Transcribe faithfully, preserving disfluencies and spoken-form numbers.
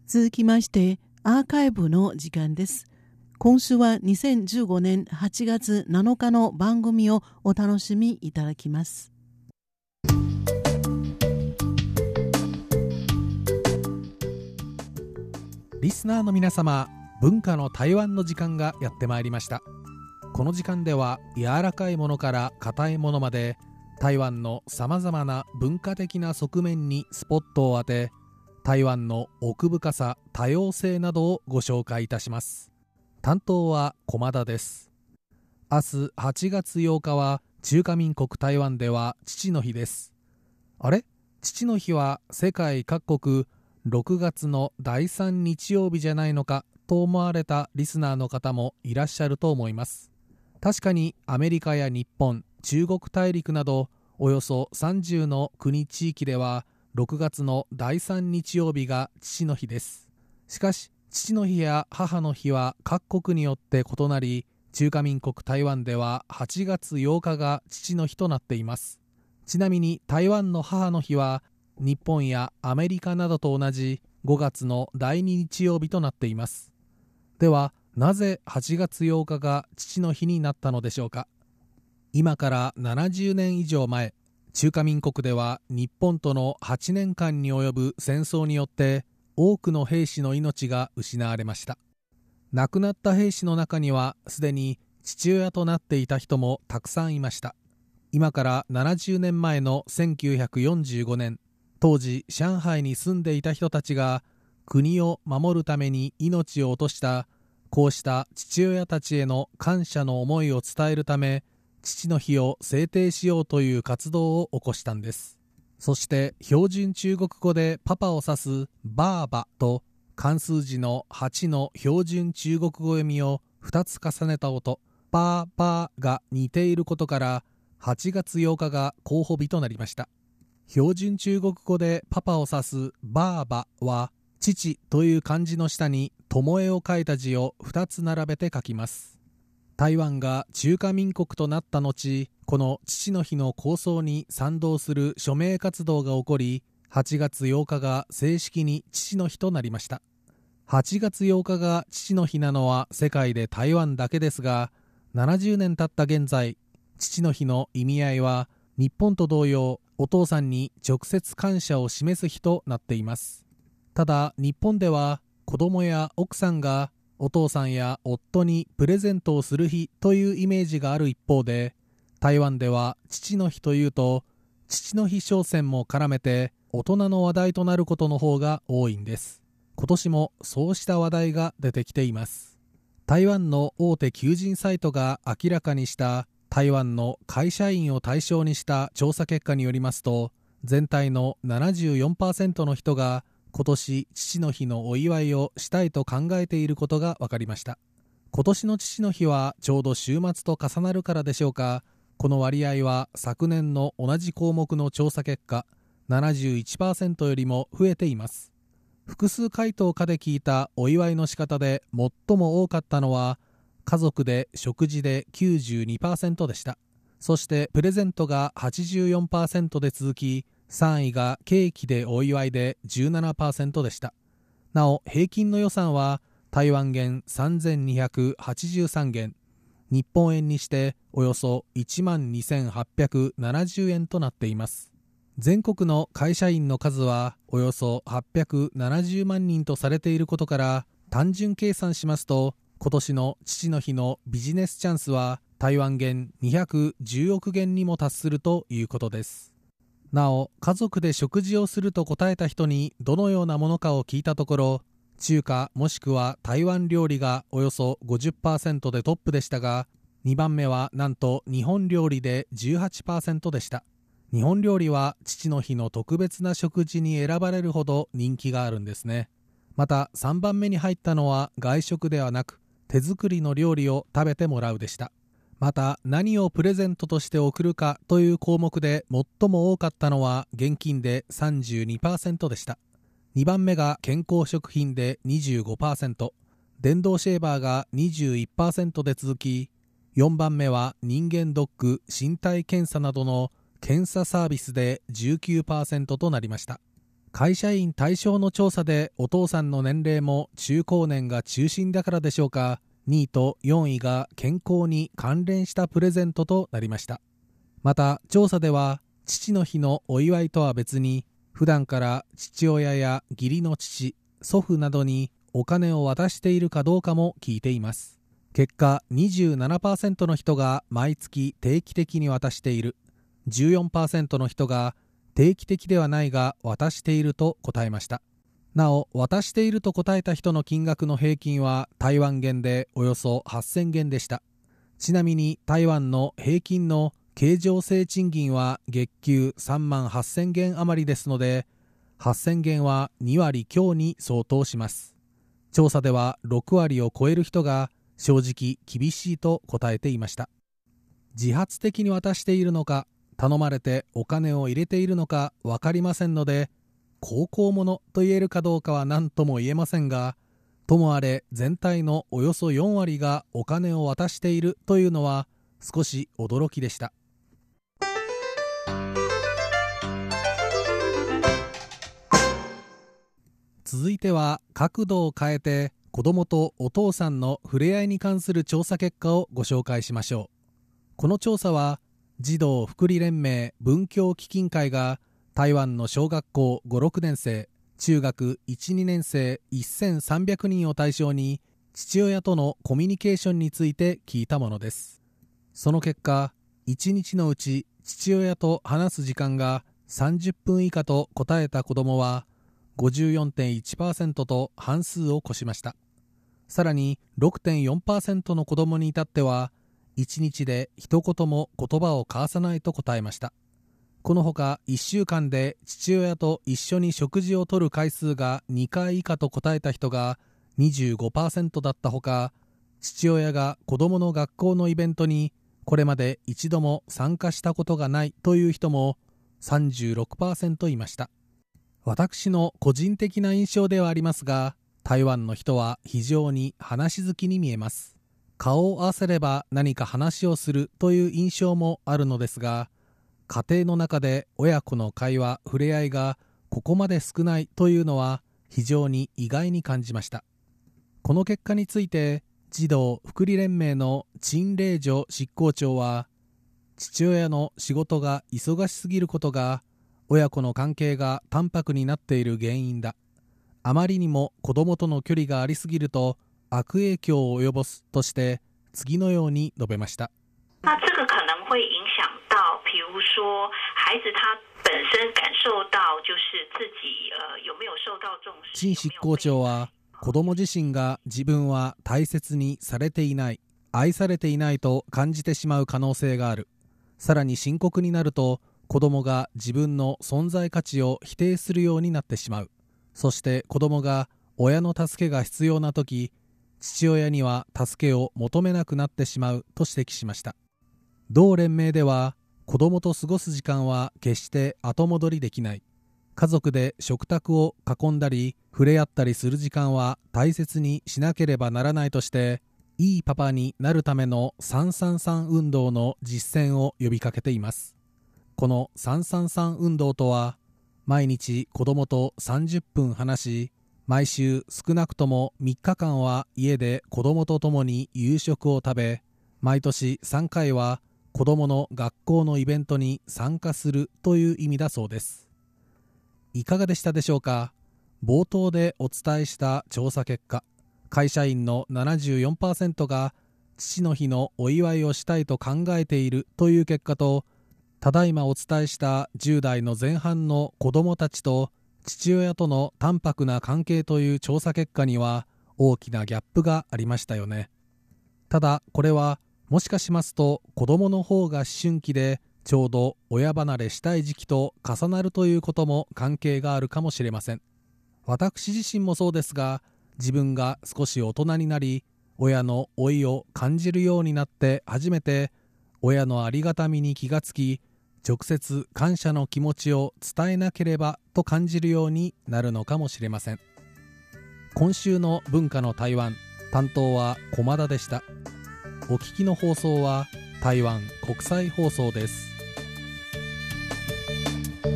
続きましてアーカイブの時間です。今週はにせんじゅうごねんはちがつなのかの番組をお楽しみいただきます。 リスナーの皆様、文化の台湾の時間がやってまいりました。この時間では柔らかいものから硬いものまで台湾のさまざまな文化的な側面にスポットを当て、台湾の奥深さ、多様性などをご紹介いたします。担当は駒田です。明日はちがつようかは中華民国台湾では父の日です。あれ？父の日は世界各国ろくがつのだいさん日曜日じゃないのかと思われたリスナーの方もいらっしゃると思います。確かにアメリカや日本、中国大陸などおよそさんじゅうの国地域ではろくがつのだいさん日曜日が父の日です。しかし父の日や母の日は各国によって異なり、中華民国台湾でははちがつようかが父の日となっています。ちなみに台湾の母の日は日本やアメリカなどと同じごがつのだいに日曜日となっています。ではなぜはちがつようかが父の日になったのでしょうか。今からななじゅうねん以上前、中華民国では日本とのはちねんかんに及ぶ戦争によって多くの兵士の命が失われました。亡くなった兵士の中にはすでに父親となっていた人もたくさんいました。今からななじゅうねんまえのせんきゅうひゃくよんじゅうごねん、当時上海に住んでいた人たちが国を守るために命を落としたこうした父親たちへの感謝の思いを伝えるため、父の日を制定しようという活動を起こしたんです。そして標準中国語でパパを指すバーバと漢数字のはちの標準中国語読みをふたつ重ねた音バーバーが似ていることからはちがつようかが候補日となりました。標準中国語でパパを指すバーバは父という漢字の下に巴を書いた字をふたつ並べて書きます。台湾が中華民国となった後、この父の日の構想に賛同する署名活動が起こり、はちがつようかが正式に父の日となりました。はちがつようかが父の日なのは世界で台湾だけですが、ななじゅうねん経った現在、父の日の意味合いは日本と同様、お父さんに直接感謝を示す日となっています。ただ日本では子供や奥さんがお父さんや夫にプレゼントをする日というイメージがある一方で、台湾では父の日というと父の日商戦も絡めて大人の話題となることの方が多いんです。今年もそうした話題が出てきています。台湾の大手求人サイトが明らかにした台湾の会社員を対象にした調査結果によりますと、全体の ななじゅうよんパーセント の人が今年父の日のお祝いをしたいと考えていることが分かりました。今年の父の日はちょうど週末と重なるからでしょうか、この割合は昨年の同じ項目の調査結果 ななじゅういちパーセント よりも増えています。複数回答下で聞いたお祝いの仕方で最も多かったのは家族で食事で きゅうじゅうにパーセント でした。そしてプレゼントが はちじゅうよんパーセント で続き、さんいがケーキでお祝いで じゅうななパーセント でした。なお平均の予算は台湾元さんぜんにひゃくはちじゅうさんげん、日本円にしておよそいちまんにせんはっぴゃくななじゅうえんとなっています。全国の会社員の数はおよそはっぴゃくななじゅうまんにんとされていることから、単純計算しますと今年の父の日のビジネスチャンスは台湾元にひゃくじゅうおくげんにも達するということです。なお家族で食事をすると答えた人にどのようなものかを聞いたところ、中華もしくは台湾料理がおよそ ごじゅっパーセント でトップでしたが、にばんめはなんと日本料理で じゅうはちパーセント でした。日本料理は父の日の特別な食事に選ばれるほど人気があるんですね。またさんばんめに入ったのは外食ではなく手作りの料理を食べてもらうでした。また何をプレゼントとして贈るかという項目で最も多かったのは現金で さんじゅうにパーセント でした。にばんめが健康食品で にじゅうごパーセント、 電動シェーバーが にじゅういちパーセント で続き、よんばんめは人間ドック、身体検査などの検査サービスで じゅうきゅうパーセント となりました。 会社員対象の調査でお父さんの年齢も中高年が中心だからでしょうか、にいとよんいが健康に関連したプレゼントとなりました。また調査では父の日のお祝いとは別に、普段から父親や義理の父、祖父などにお金を渡しているかどうかも聞いています。結果 にじゅうななパーセント の人が毎月定期的に渡している、じゅうよんパーセント の人が定期的ではないが渡していると答えました。なお、渡していると答えた人の金額の平均は台湾元でおよそはっせんげんでした。ちなみに台湾の平均の経常性賃金は月給さんまんはっせんげん余りですので、はっせんげんはにわり強に相当します。調査ではろくわりを超える人が正直厳しいと答えていました。自発的に渡しているのか、頼まれてお金を入れているのか分かりませんので、高校ものと言えるかどうかは何とも言えませんが、ともあれ全体のおよそよんわりがお金を渡しているというのは少し驚きでした。続いては角度を変えて子供とお父さんの触れ合いに関する調査結果をご紹介しましょう。この調査は児童福利連盟文教基金会が台湾の小学校ご、ろくねんせい、中学いち、にねんせいせんさんびゃくにんを対象に父親とのコミュニケーションについて聞いたものです。その結果、いちにちのうち父親と話す時間がさんじゅっぷん以下と答えた子どもは ごじゅうよんてんいちパーセント と半数を超しました。さらに ろくてんよんパーセント の子どもに至ってはいちにちで一言も言葉を交わさないと答えました。このほかいっしゅうかんで父親と一緒に食事をとる回数がにかい以下と答えた人が にじゅうごパーセント だったほか、父親が子どもの学校のイベントにこれまで一度も参加したことがないという人も さんじゅうろくパーセント いました。私の個人的な印象ではありますが、台湾の人は非常に話好きに見えます。顔を合わせれば何か話をするという印象もあるのですが、家庭の中で親子の会話、触れ合いがここまで少ないというのは非常に意外に感じました。この結果について児童福利連盟の陳麗女執行長は、父親の仕事が忙しすぎることが親子の関係が淡白になっている原因だ。あまりにも子供との距離がありすぎると悪影響を及ぼすとして次のように述べました。 那这个可能会影响到，比如说孩子他本身感受到就是自己呃有没有受到重視。 陳執行長は、子供自身が自分は大切にされていない、愛されていないと感じてしまう可能性がある。さらに深刻になると子供が自分の存在価値を否定するようになってしまう。そして子供が親の助けが必要な時、父親には助けを求めなくなってしまうと指摘しました。同連盟では、子供と過ごす時間は決して後戻りできない。家族で食卓を囲んだり触れ合ったりする時間は大切にしなければならないとして、いいパパになるためのさんさんさん運動の実践を呼びかけています。このさんさんさん運動とは、毎日子供とさんじゅっぷん話し、毎週少なくともみっかかんは家で子供と共に夕食を食べ、毎年さんかいは子供の学校のイベントに参加するという意味だそうです。いかがでしたでしょうか。冒頭でお伝えした調査結果、会社員の ななじゅうよんパーセント が父の日のお祝いをしたいと考えているという結果と、ただいまお伝えしたじゅうだいの前半の子どもたちと父親との淡白な関係という調査結果には大きなギャップがありましたよね。ただこれはもしかしますと子どもの方が思春期でちょうど親離れしたい時期と重なるということも関係があるかもしれません。私自身もそうですが、自分が少し大人になり親の老いを感じるようになって初めて親のありがたみに気がつき、直接感謝の気持ちを伝えなければと感じるようになるのかもしれません。今週の文化の台湾、担当は駒田でした。お聞きの放送は台湾国際放送です。